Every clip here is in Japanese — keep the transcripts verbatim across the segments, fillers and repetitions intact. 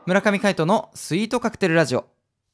村上海人のスイートカクテルラジオ。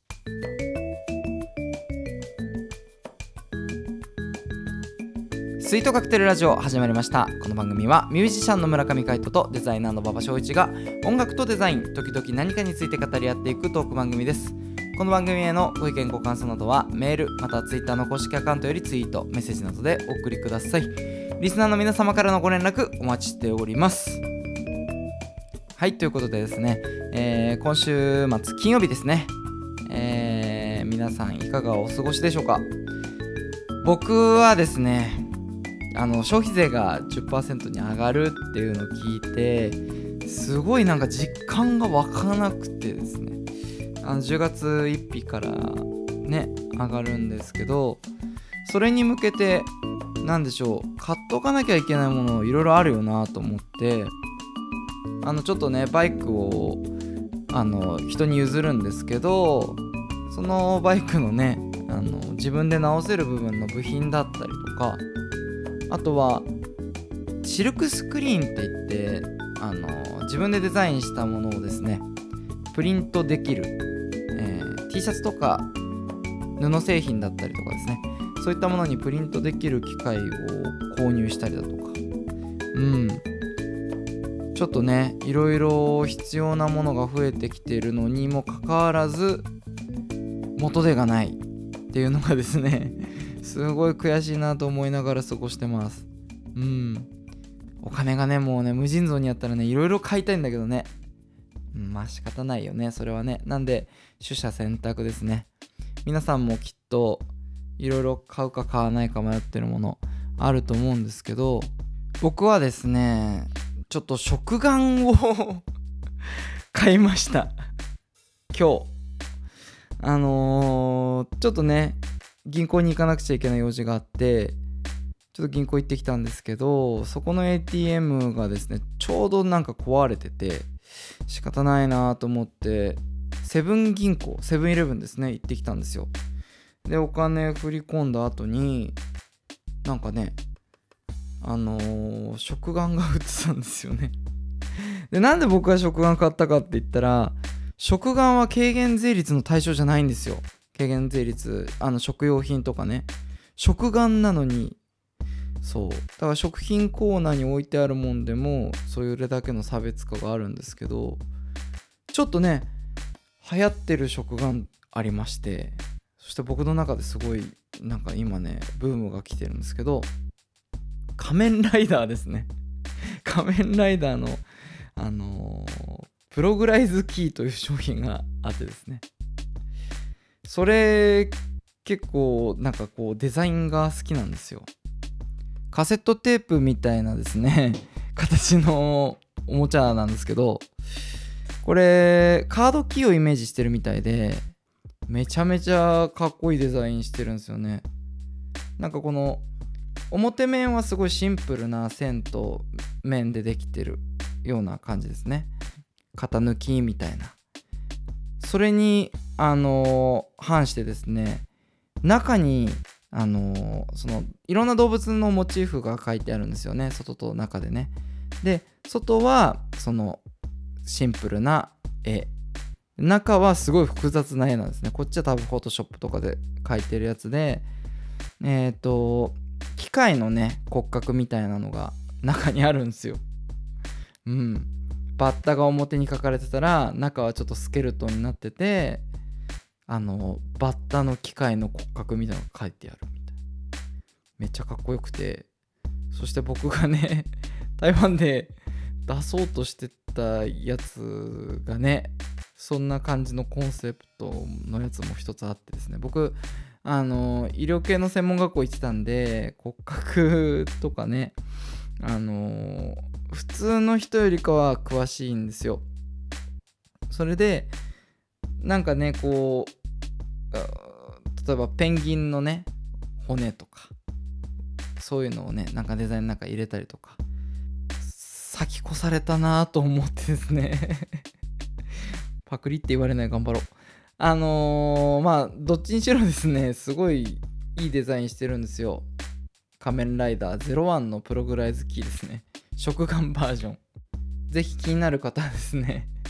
スイートカクテルラジオ始まりました。この番組はミュージシャンの村上海人とデザイナーの馬場翔一が音楽とデザイン、時々何かについて語り合っていくトーク番組です。この番組へのご意見ご感想などはメールまたはツイッターの公式アカウントよりツイートメッセージなどでお送りください。リスナーの皆様からのご連絡お待ちしております。はい、ということでですね、えー、今週末金曜日ですね、えー、皆さんいかがお過ごしでしょうか。僕はですね、あの消費税が じゅっパーセント に上がるっていうのを聞いてすごいなんか実感が湧かなくてですね、あのじゅうがつついたちからね上がるんですけど、それに向けてなんでしょう、買っとかなきゃいけないものいろいろあるよなと思って、あのちょっとねバイクをあの人に譲るんですけど、そのバイクのねあの自分で直せる部分の部品だったりとか、あとはシルクスクリーンって言ってあの自分でデザインしたものをですねプリントできる、えー、T シャツとか布製品だったりとかですね、そういったものにプリントできる機械を購入したりだとか、うんちょっとねいろいろ必要なものが増えてきているのにもかかわらず元手がないっていうのがですねすごい悔しいなと思いながら過ごしてます。うんお金がねもうね無尽蔵にあったらねいろいろ買いたいんだけどね、うん、まあ仕方ないよねそれはね。なんで取捨選択ですね。皆さんもきっといろいろ買うか買わないか迷ってるものあると思うんですけど、僕はですねちょっと食玩を買いました今日。あのー、ちょっとね銀行に行かなくちゃいけない用事があってちょっと銀行行ってきたんですけど、そこの エーティーエム がですねちょうどなんか壊れてて仕方ないなと思ってセブン銀行セブンイレブンですね行ってきたんですよ。でお金振り込んだ後になんかねあのー、食玩が売ってたんですよね。でなんで僕が食玩買ったかって言ったら、食玩は軽減税率の対象じゃないんですよ。軽減税率あの食用品とかね食玩なのに、そうだから食品コーナーに置いてあるもんでもそれだけの差別化があるんですけど、ちょっとね流行ってる食玩ありまして、そして僕の中ですごいなんか今ねブームが来てるんですけど、仮面ライダーですね仮面ライダーのあのー、プログライズキーという商品があってですね、それ結構なんかこうデザインが好きなんですよ。カセットテープみたいなですね形のおもちゃなんですけど、これカードキーをイメージしてるみたいでめちゃめちゃかっこいいデザインしてるんですよね。なんかこの表面はすごいシンプルな線と面でできてるような感じですね。型抜きみたいな。それにあのー、反してですね、中にあのー、そのいろんな動物のモチーフが書いてあるんですよね、外と中でね。で外はそのシンプルな絵、中はすごい複雑な絵なんですね。こっちは多分フォトショップとかで描いてるやつで、えっと機械のね骨格みたいなのが中にあるんですよ。うんバッタが表に描かれてたら中はちょっとスケルトンになってて、あのバッタの機械の骨格みたいなのが書いてあるみたいな、めっちゃかっこよくて、そして僕がね台湾で出そうとしてたやつがねそんな感じのコンセプトのやつも一つあってですね、僕あの医療系の専門学校行ってたんで骨格とかねあの普通の人よりかは詳しいんですよ。それでなんかねこう例えばペンギンのね骨とかそういうのをねなんかデザインなんか入れたりとか先越されたなと思ってですねパクリって言われない頑張ろう。あのー、まあどっちにしろですねすごいいいデザインしてるんですよ。仮面ライダーゼロワンのプログライズキーですね、食玩バージョン。ぜひ気になる方はですね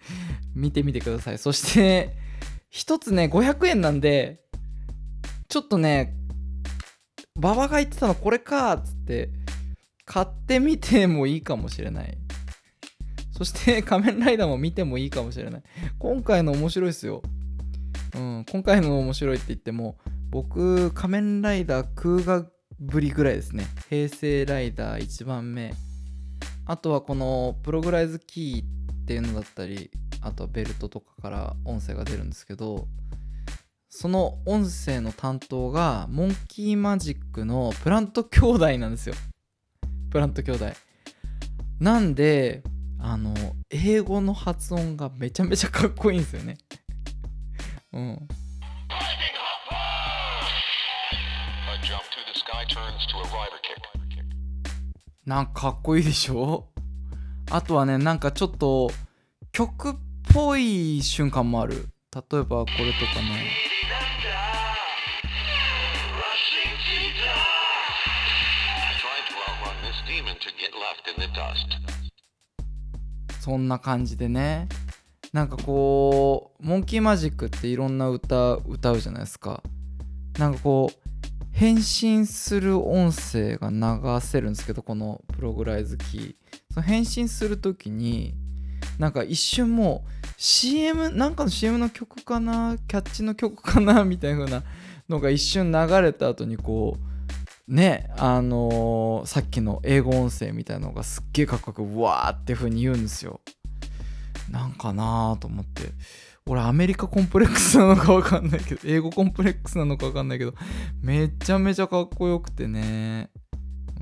見てみてください。そして一つねごひゃくえんなんで、ちょっとね馬場が言ってたのこれかっつって買ってみてもいいかもしれない。そして仮面ライダーも見てもいいかもしれない。今回の面白いですよ。うん、今回の面白いって言っても、僕仮面ライダー空ガぶりぐらいですね。平成ライダーいちばんめ、あとはこのプログライズキーっていうのだったり、あとはベルトとかから音声が出るんですけど、その音声の担当がモンキーマジックのプラント兄弟なんですよ。プラント兄弟なんで、あの英語の発音がめちゃめちゃかっこいいんですよね。うん。なんかかっこいいでしょ。あとはね、なんかちょっと曲っぽい瞬間もある。例えばこれとかね、そんな感じでね、なんかこうモンキーマジックっていろんな歌歌うじゃないですか。なんかこう変身する音声が流せるんですけど、このプログライズキー、その変身するときになんか一瞬もう シーエム なんかの シーエム の曲かな、キャッチの曲かなみたいな風なのが一瞬流れた後にこうね、あのー、さっきの英語音声みたいなのがすっげえかっこよくうわーって風に言うんですよ。なんかなーと思って、俺アメリカコンプレックスなのか分かんないけど、英語コンプレックスなのか分かんないけど、めちゃめちゃかっこよくてね。うん、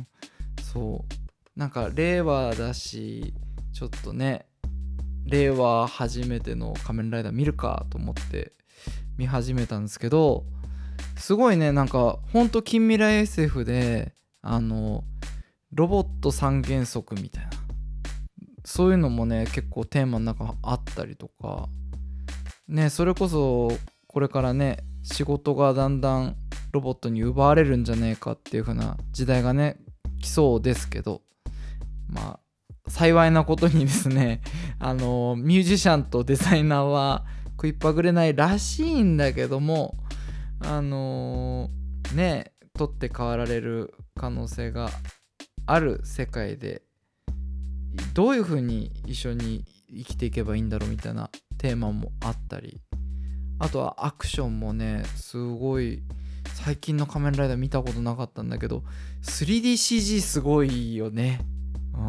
そうなんか令和だし、ちょっとね令和初めての仮面ライダー見るかと思って見始めたんですけど、すごいね、なんかほんと近未来 エスエフ で、あのロボット三原則みたいな、そういうのもね結構テーマの中あったりとかね、それこそこれからね仕事がだんだんロボットに奪われるんじゃねえかっていう風な時代がね来そうですけど、まあ幸いなことにですね、あのミュージシャンとデザイナーは食いっぱぐれないらしいんだけども、あのー、ね取って代わられる可能性がある世界で、どういう風に一緒に生きていけばいいんだろうみたいなテーマもあったり、あとはアクションもねすごい、最近の仮面ライダー見たことなかったんだけど スリーディーシージー すごいよね。うん、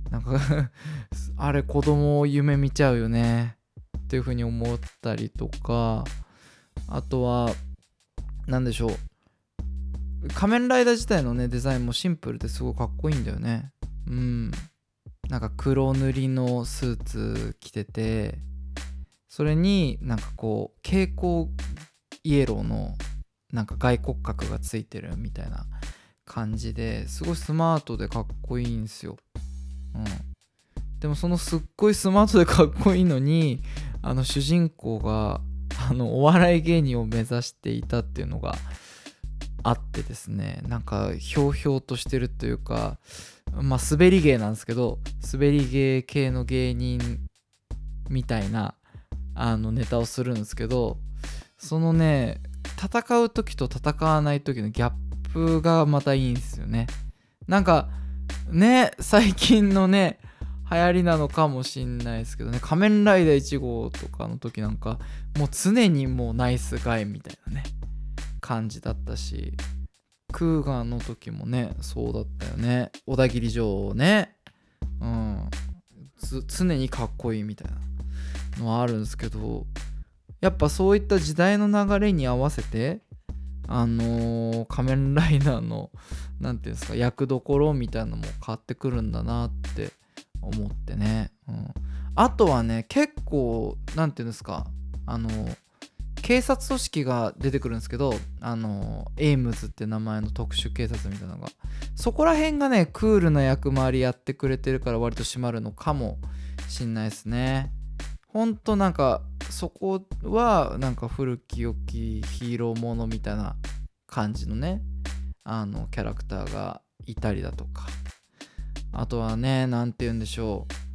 なんかあれ子供夢見ちゃうよねっていう風に思ったりとか、あとはなんでしょう、仮面ライダー自体のねデザインもシンプルですごいかっこいいんだよね。うん、なんか黒塗りのスーツ着てて、それになんかこう蛍光イエローのなんか外骨格がついてるみたいな感じで、すごいスマートでかっこいいんですよ。うん、でもそのすっごいスマートでかっこいいのに、あの主人公があのお笑い芸人を目指していたっていうのがあってですね、なんかひょうひょうとしてるというか、まあ滑り芸なんですけど、滑り芸系の芸人みたいなあのネタをするんですけど、そのね戦う時と戦わない時のギャップがまたいいんですよね。なんかね最近のね流行りなのかもしんないですけどね、仮面ライダーいち号とかの時なんかもう常にもうナイスガイみたいなね感じだったし、クーガーの時もねそうだったよね。小田切城ね、うん、常にかっこいいみたいなのはあるんですけど、やっぱそういった時代の流れに合わせてあのー、仮面ライダーのなんていうんですか役どころみたいなのも変わってくるんだなって思ってね、うん、あとはね結構なんていうんですか、あのー、警察組織が出てくるんですけど、あのー、エイムズって名前の特殊警察みたいなのが、そこら辺がねクールな役回りやってくれてるから割と締まるのかもしんないですね。ほんとなんかそこはなんか古き良きヒーローものみたいな感じのねあのキャラクターがいたりだとか、あとはねなんて言うんでしょう、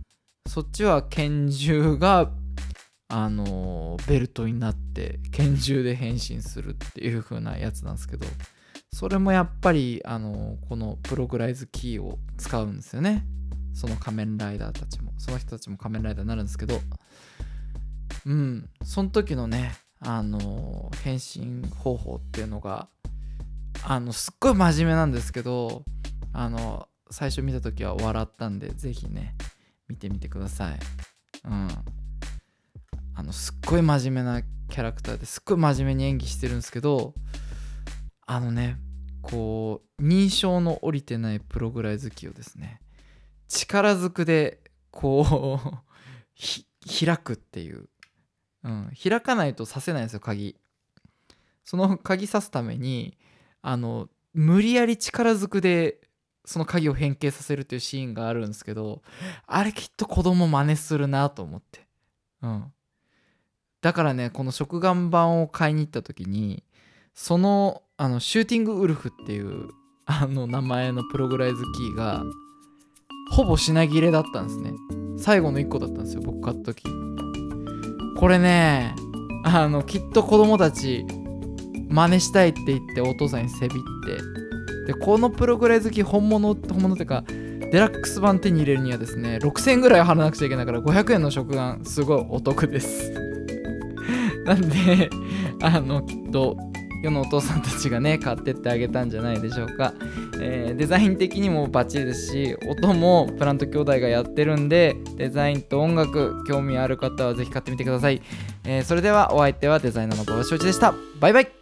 そっちは拳銃があのベルトになって拳銃で変身するっていう風なやつなんですけど、それもやっぱりあのこのプログライズキーを使うんですよね。その仮面ライダーたちも、その人たちも仮面ライダーになるんですけど、うんその時のねあの変身方法っていうのがあのすっごい真面目なんですけど、あの最初見た時は笑ったんで、ぜひね見てみてください。うんあのすっごい真面目なキャラクターですっごい真面目に演技してるんですけど、あのねこう認証の降りてないプログライズキーをですね力ずくでこうひ開くっていう、うん、開かないと刺せないんですよ鍵。その鍵刺すためにあの無理やり力ずくでその鍵を変形させるっていうシーンがあるんですけど、あれきっと子供真似するなと思って、うんだからねこの食玩版を買いに行った時にそのあのシューティングウルフっていうあの名前のプログライズキーがほぼ品切れだったんですね。最後のいっこだったんですよ僕買った時。これねあのきっと子供たち真似したいって言ってお父さんにせびって、でこのプログライズキー本物本物っていうかデラックス版手に入れるにはですねろくせんえんぐらい払わなくちゃいけないからごひゃくえんの食玩すごいお得ですなんであのきっと世のお父さんたちがね買ってってあげたんじゃないでしょうか。えー、デザイン的にもバッチリですし、音もプラント兄弟がやってるんで、デザインと音楽興味ある方はぜひ買ってみてください。えー、それではお相手はデザイナーの馬場翔一でした。バイバイ。